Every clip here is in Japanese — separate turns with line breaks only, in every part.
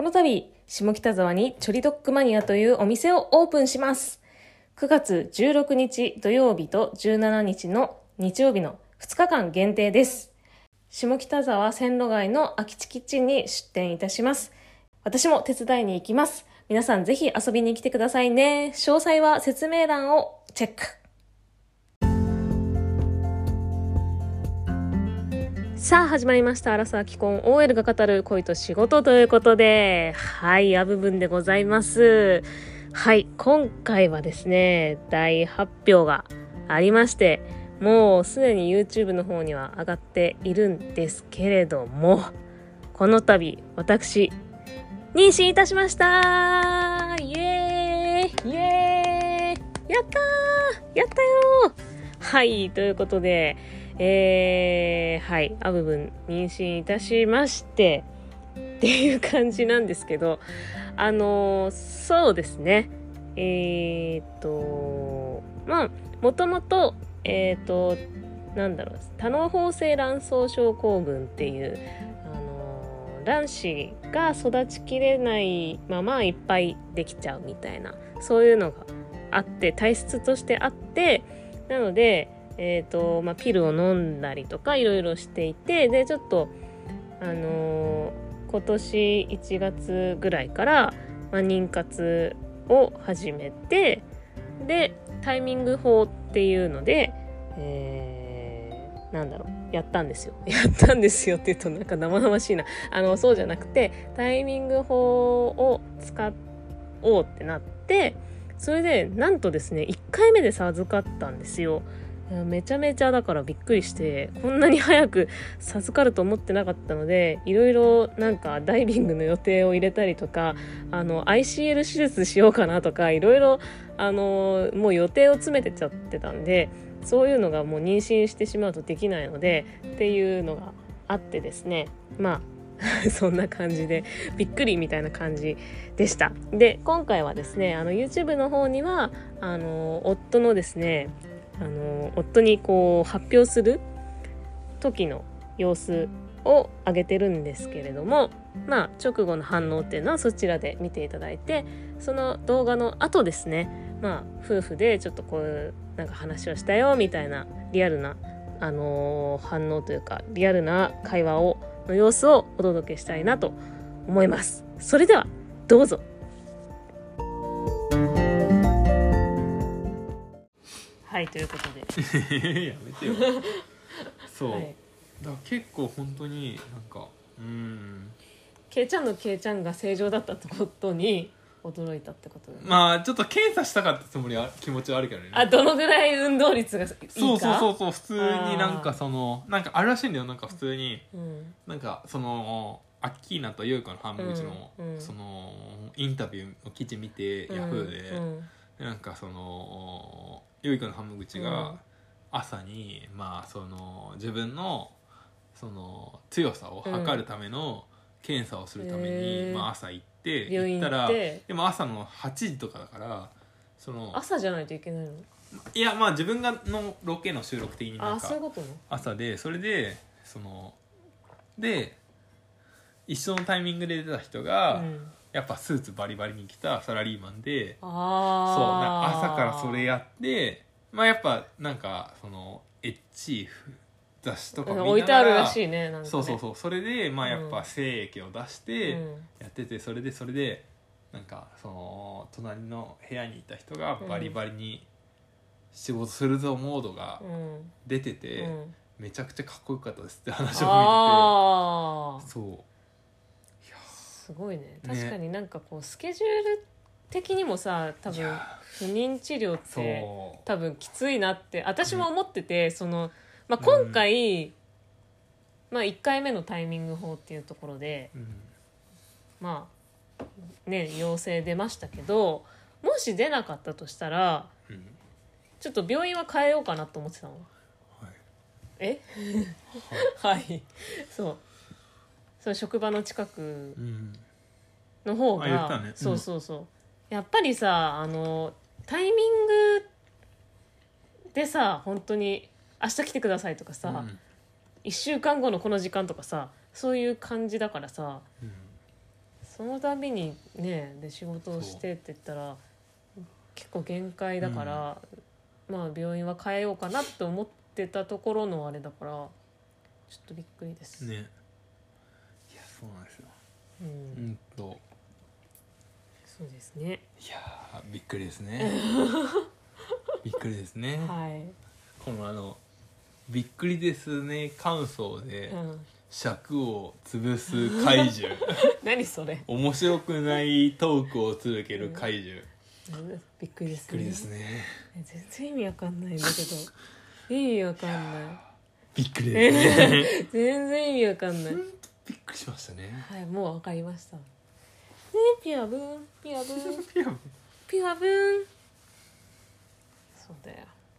この度、下北沢にチョリドッグマニアというお店をオープンします。9月16日土曜日と17日の日曜日の2日間限定です。下北沢線路街の空き地キッチンに出店いたします。私も手伝いに行きます。皆さんぜひ遊びに来てくださいね。詳細は説明欄をチェック。さあ始まりました。アラサー既婚 OL が語る恋と仕事ということで、はい、部分でございます。はい、今回はですね、大発表がありまして、もうすでに YouTube の方には上がっているんですけれども、この度私妊娠いたしました。イエーイイエーイ、やったー、やったよー。はい、ということではい、部分妊娠いたしましてっていう感じなんですけど、そうですね、まあもともと多嚢胞性卵巣症候群っていう卵子が育ちきれないままいっぱいできちゃうみたいな、そういうのがあって、体質としてあって、なのでピルを飲んだりとかいろいろしていて、でちょっと今年1月ぐらいから、妊活を始めて、でタイミング法っていうので、やったんですよって言うとなんか生々しいな。そうじゃなくて、タイミング法を使おうってなって、それでなんとですね、1回目で授かったんですよ。めちゃめちゃだからびっくりして、こんなに早く授かると思ってなかったので、いろいろダイビングの予定を入れたりとか、ICL 手術しようかなとか、いろいろもう予定を詰めてちゃってたんで、そういうのがもう妊娠してしまうとできないのでっていうのがあってですね、そんな感じでびっくりみたいな感じでした。で今回はですね、YouTube の方には夫のですね、夫にこう発表する時の様子を上げてるんですけれども、直後の反応っていうのはそちらで見ていただいて、その動画の後ですね、夫婦でちょっとこう話をしたよみたいなリアルな、反応というかリアルな会話の様子をお届けしたいなと思います。それではどうぞ。はい、ということで
やめてよそう、はい、だから結構本当に
ケイちゃんのケイちゃんが正常だったってことに驚いたってことだね。
ちょっと検査したかった気持ちはあるけどね。
どのぐらい運動率がいいか。
そう普通にあるらしいんだよ。普通に、アッキーナとヨイコの半分口の、インタビューの記事見て、ヤフーで、ヨイコの半分口が朝に、自分の強さを測るための検査をするために、朝行ったら、でも朝の8時とかだから、
朝じゃないといけないの？
いや自分のロケの収録的に
そういうことね。
朝で、それでで一緒のタイミングで出た人が、やっぱスーツバリバリに着たサラリーマンで、朝からそれやって、やっぱエッチ雑誌とか見ながら
置いてあるらしいね。
そうそれでやっぱ精液を出してやってて、それで隣の部屋にいた人がバリバリに仕事するぞモードが出てて、めちゃくちゃかっこよかったですって話を見てて、そういや
すごいね。確かにスケジュール的にもさ、多分不妊治療って多分きついなって私も思ってて、今回、1回目のタイミング法っていうところで、陽性出ましたけど、もし出なかったとしたら、ちょっと病院は変えようかなと思ってたの。はい、そう職場の近くの方が、そうやっぱりさ、タイミングでさ、本当に明日来てくださいとかさ、1週間後のこの時間とかさ、そういう感じだからさ、 その度にねで仕事をしてって言ったら結構限界だから、まあ病院は変えようかなって思ってたところのあれだからちょっとびっくりです
ね。いやそうなんですよ。
そうですね。
いやびっくりですね。びっくりですね。
はい。
このびっくりですね感想で、尺を潰す怪獣。
何それ。
面白くないトークを続ける怪獣。
びっくりですね。
びっくりですね。
全然意味わかんないんだけど。意味わかんない。
びっくりですね。
全然意味わかんない。
びっくりしましたね。
はい、もうわかりました。ね、ピアブンピアブン
ピアブン
ピアブン。そうだよ。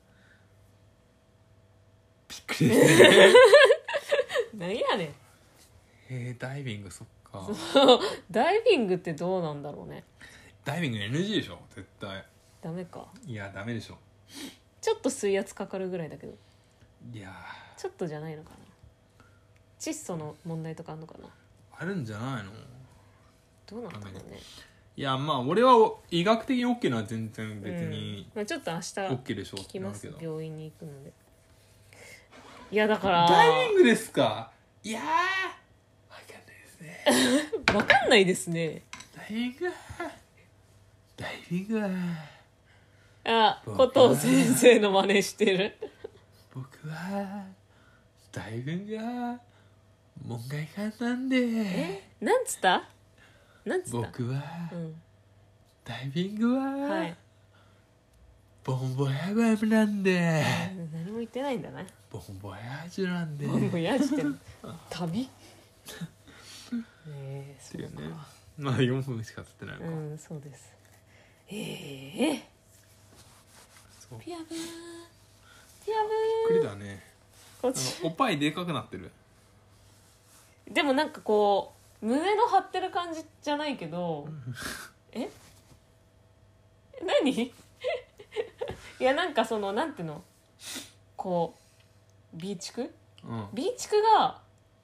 びっくりですね。
何やね
ん。ダイビングそっか。
ダイビングってどうなんだろうね。
ダイビング NG でしょ絶対。
ダメか。
いやダメでしょ。
ちょっと水圧かかるぐらいだけど。
いや
ちょっとじゃないのかな。窒素の問題とかあるのかな。
あるんじゃないの。
どうなんだろうね。
いやまあ俺は医学的に OK なのは全然別に、
まあ、ちょっと明日
OK でしょ
聞きます病院に行くので。いやだから
ダイビングですか。いやわかんないですね。
わかんないですね。
ダイビングは
あ、コトー先生の真似してる。
僕はダイビングは門外漢なんで。
なんつった？なんつった？
僕は、ダイビングは、はい、ボンボヤージュなんで。
何も言ってないんだな。
ボンボヤージュなんで。
ボンボヤージュって旅？
そうか。まあ4分しか経ってないのか。
そうです。そうピアブーピアブー。
びっくりだね。おっぱいでかくなってる。
でもなんかこう胸の張ってる感じじゃないけど何いやなんかそのなんていうのこうビーチク、ビーチクが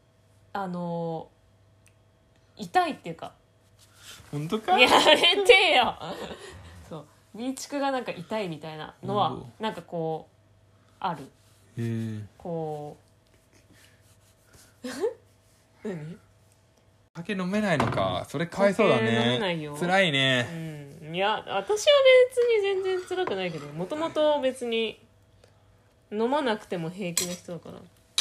痛いっていうか。
本当か。
やめてよ。そうビーチクがなんか痛いみたいなのはなんかこうある。こう何？
酒飲めないのか。それかわいそうだね。
飲めないよ。
辛いね。
いや私は別に全然辛くないけど、もともと別に飲まなくても平気な人だ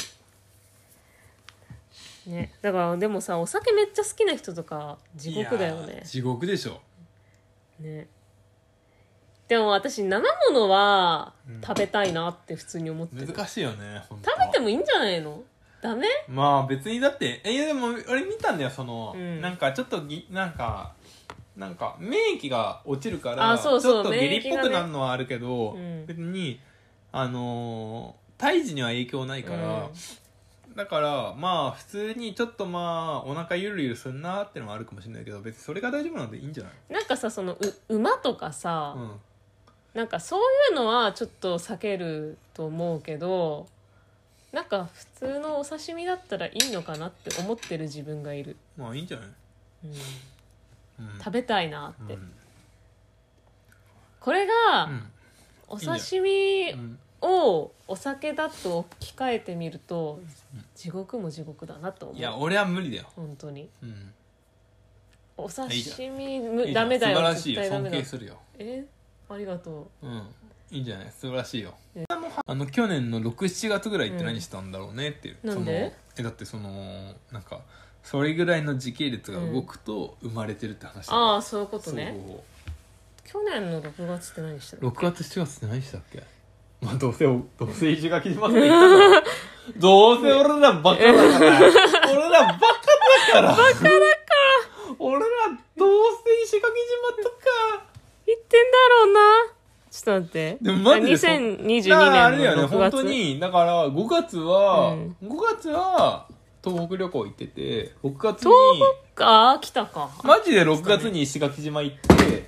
からね。だからでもさ、お酒めっちゃ好きな人とか地獄だよね。
地獄でしょ
ね。でも私生ものは食べたいなって普通に思ってる。
難しいよね。
食べてもいいんじゃないの？ダメ？
まあ別にだってでも俺見たんだよ。その、なんかちょっとなんか免疫が落ちるからちょっと下痢っぽくなるのはあるけど、別に胎児には影響ないから、だからまあ普通にちょっとまあお腹ゆるゆるすんなってのはあるかもしれないけど、別にそれが大丈夫なんでいいんじゃない？
なんかさ、その馬とかさ、なんかそういうのはちょっと避けると思うけど、なんか普通のお刺身だったらいいのかなって思ってる自分がいる。
まあいいんじゃない？
食べたいなって、これが、お刺身をお酒だと置き換えてみると、地獄も地獄だなと思う。
いや俺は無理だよ
本当に、お刺身
いい
ダメだよ。
素晴らしいよ。尊敬するよ。
ありがとう。
いいんじゃない？素晴らしいよ。去年の 6,7 月ぐらいって何したんだろうねっていう、
なんで？
だってそのなんかそれぐらいの時系列が動くと生まれてるって話だ、
ああそういうことね。去年の6月って何したっけ
？6月7月って何したっけ？まあどうせ石垣島って言ったからどうせ俺らバカだから俺らバカだから俺らどうせ石垣島とか
言ってんだろうな。ちょっと待って。
でもマジで
2022年の
あれだよね、
6月
本当に。だから5月は東北旅行行ってて、6月に
東北来たか。
マジで6月に石垣島行って、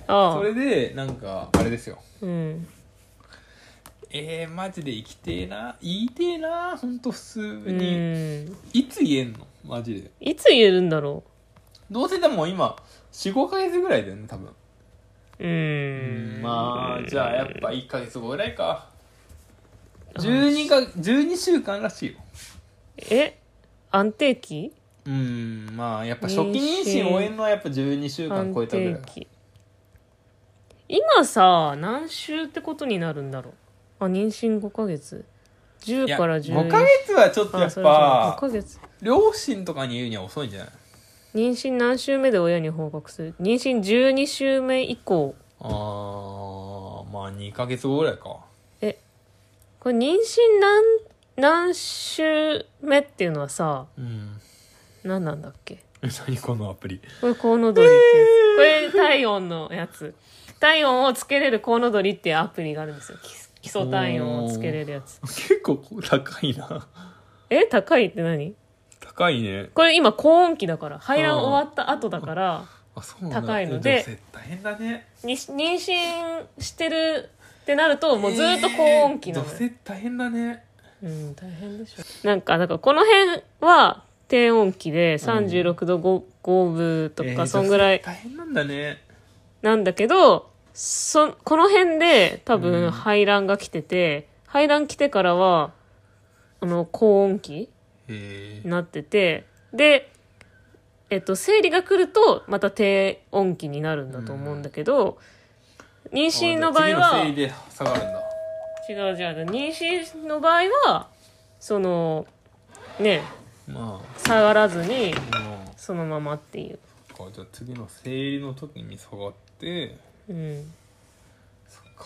それでなんかあれですよ。マジで言いてえな本当普通に。いつ言えんのマジで。
いつ言えるんだろ
う。どうせでも今 45ヶ月ぐらいだよね多分。まあじゃあやっぱ1ヶ月後ぐらいか。12週間らしいよ。
安定期？
まあやっぱ初期妊娠終えんのはやっぱ12週間超えたぐらい。
今さ何週ってことになるんだろう。妊娠5ヶ月10から11。
5ヶ月はちょっとやっぱ
5ヶ月
両親とかに言うには遅いんじゃない？
妊娠何週目で親に報告する？妊娠12週目以降。
まあ2ヶ月後ぐらいか。
これ妊娠何週目っていうのはさ、何なんだっけ？
何このアプリ？
これコウノドリってやつ。これ体温のやつ。体温をつけれるコウノドリっていうアプリがあるんですよ。基礎体温をつけれるやつ。
結構高いな。
高いって何？
高いね。
これ今高温期だから、排卵終わった後だから高いので、
女性大変だね。
妊娠してるってなるともうずっと高温期なのよ。
女性大変だね。
大変でしょ。だからこの辺は低温期で36度5分とかそんぐらい
大変なんだね。
なんだけど、この辺で多分排卵が来てて、排卵来てからは高温期になってて、で生理が来るとまた低温期になるんだと思うんだけど、妊娠の場合は
次の生理で下がるんだ。
違う妊娠の場合は下がらずにそのままっていう。
じゃあ次の生理の時に下がって、そっか。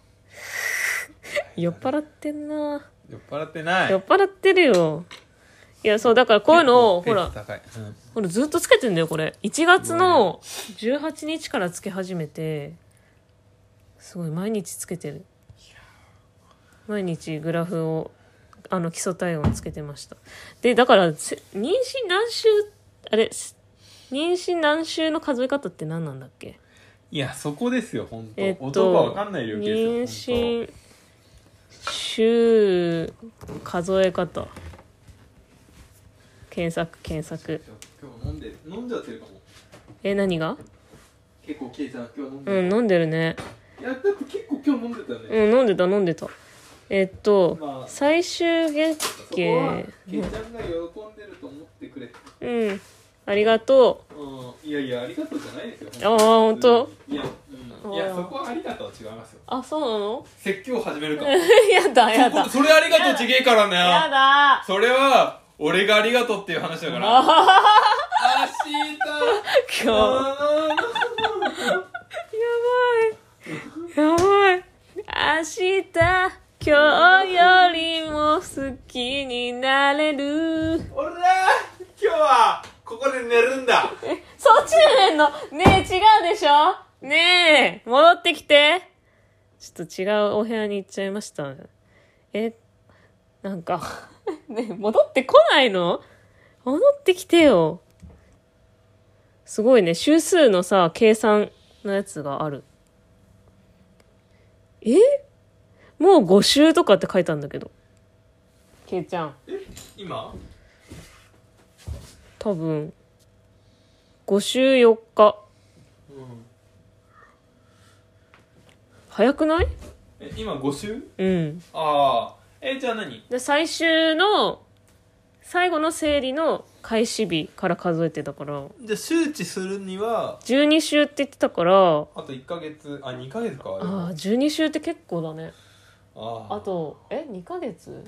酔っ払ってんな。
酔っ払ってない。
酔っ払ってるよ。いや、そうだからこういうのをほらずっとつけてんだよ。これ1月の18日からつけ始めて、すごい毎日つけてる。毎日グラフを基礎体温をつけてました。でだから妊娠何週の数え方って何なんだっけ？
いやそこですよ本当。男は分かんない領域ですよ。
妊娠週数え方検索。
今日飲んじゃってるかも。
何が？
結構ケイちゃん今日飲んでる。
飲んでるね。
いやだって結構今日飲んでたね。
飲んでた。最終月経。
ケイちゃんが喜んでると思ってくれ。
ありがと
う。いやありがとうじゃないですよ。
本当？
いやそこはありがとうは違いますよ。
そうなの？
説教始めるか。
やだ。
それありがとうちげえからね。
やだ。
それは俺がありがとうっていう話だから。
今日やばい。明日今日よりも好きになれる。
俺だ。今日はここで寝るんだ。
そっちで寝んの？ねえ違うでしょ。ねえ戻ってきて。ちょっと違うお部屋に行っちゃいました。なんかねえ戻ってこないの？戻ってきてよ。すごいね、週数のさ計算のやつがある。もう5週とかって書いたんだけど。ケイちゃん。
今？
多分5週4日。早くない？
今5週？じゃあ何？
で最後の生理の開始日から数えてたから。
じゃあ周知するには
12週って言ってたから、
あと1ヶ月2ヶ月か。
12週って結構だね。
あ
と2ヶ月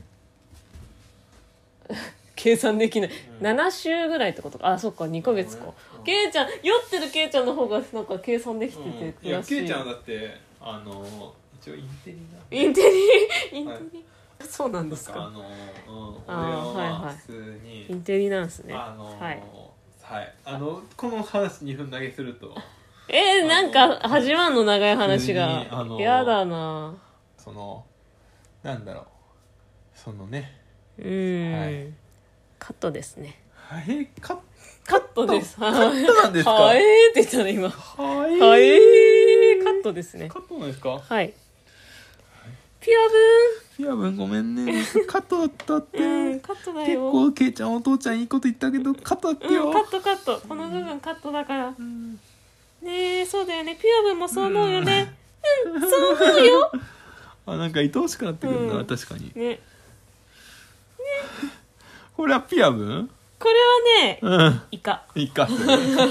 計算できない、7週ぐらいってことか。そっか2ヶ月か。ケイちゃん酔ってるケイちゃんの方がなんか計算できてて
悔しい。いやケイちゃんはだって一応インテリ
そうなんですか。
俺は普通に
インテリなんですね。
この話2分投げすると
なんか始まんの長い話がやだな。
なんだろう
カットですね。
カ
ットです。
カットなんですか？
って言ったの今。カットですね。
カットなんですか？
はい。
ピアブンごめんね。カットだったって。
カットだよ。
結構ケイちゃんお父ちゃんいいこと言ったけどカットだってよ。
カット。この部分カットだから。 ねえ、そうだよね。ピュアブンもそう思うよね。そう思うよ。
なんか愛おしくなってくるな、確かに。
ね。
これはピアブン？
これはね、イカ。
イカ水。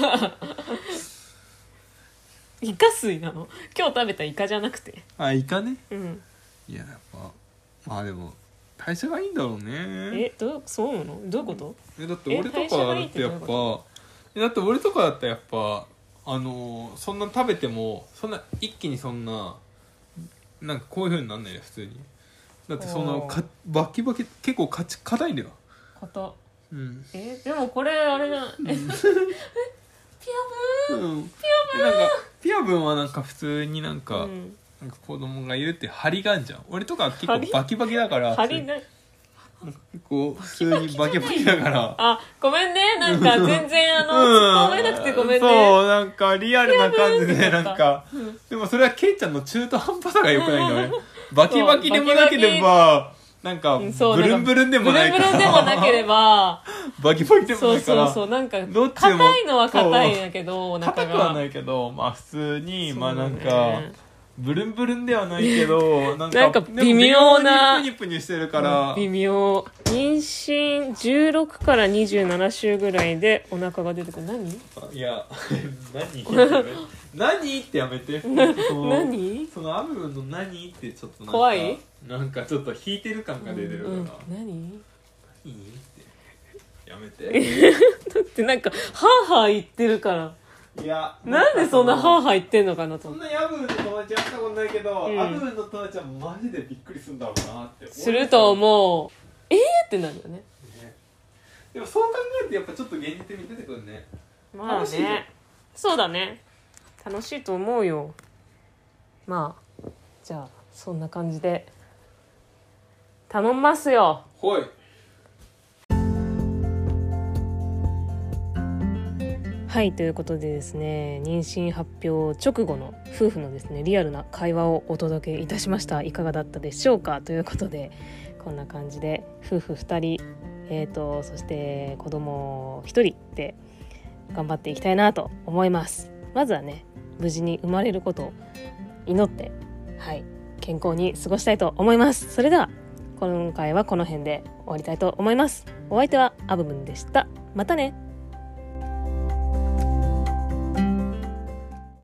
イカ水なの？今日食べたイカじゃなくて。
イカね。
うん。
いや、やっぱでも代謝がいいんだろうね。
そうなの？どういうこと？
だって俺とかだってやっぱそんな食べてもそんな一気にそんななんかこういう風になんないよ普通に。だってバキバキ結構硬いんだよ。
硬。
うん。
でもこれあれじゃん。ピアブン。
なんかピアブンはなんか普通になんか子供がいるって張りがあんじゃん。俺とか結構バキバキだから。
張りね。
結構普通にバキバキだから。
ごめんね。なんか全然突っ込めなくてごめんね。
そう、なんかリアルな感じでなんか、でもそれはケイちゃんの中途半端さが良くないんだね。バキバキでもなければなんかブルンブルンでもないから、
ブルンブルンでもなければ
バキバキでもないから、
そうなんか硬いのは硬いんだけど、
硬くはないけど、普通になんかブルンブルンではないけどなんか
微妙な
プニプニしてるから、
微妙。妊娠16から27週ぐらいでお腹が出てくる。何？
いや何ってやめて。
何？
そのアブの何ってちょっと
怖い？
なんかちょっと引いてる感が出てるから、
何
ってやめて。
だってなんかハーハー言ってるから。
いや、
なんでそんなハーハー言ってんのかなと。
そんなヤブの友達やったことないけど、アブの友達はマジでびっくりするんだろうなって
すると思う。ってなるよね。
でもそう考えるとやっぱちょっと現実味出てくるね。
楽しいね。そうだね。楽しいと思うよ。じゃあそんな感じで頼みますよ。
ほい。
はい、ということでですね、妊娠発表直後の夫婦のですねリアルな会話をお届けいたしました。いかがだったでしょうか。ということでこんな感じで夫婦2人、そして子供1人で頑張っていきたいなと思います。まずはね、無事に生まれることを祈って、健康に過ごしたいと思います。それでは今回はこの辺で終わりたいと思います。お相手はアブブンでした。またね。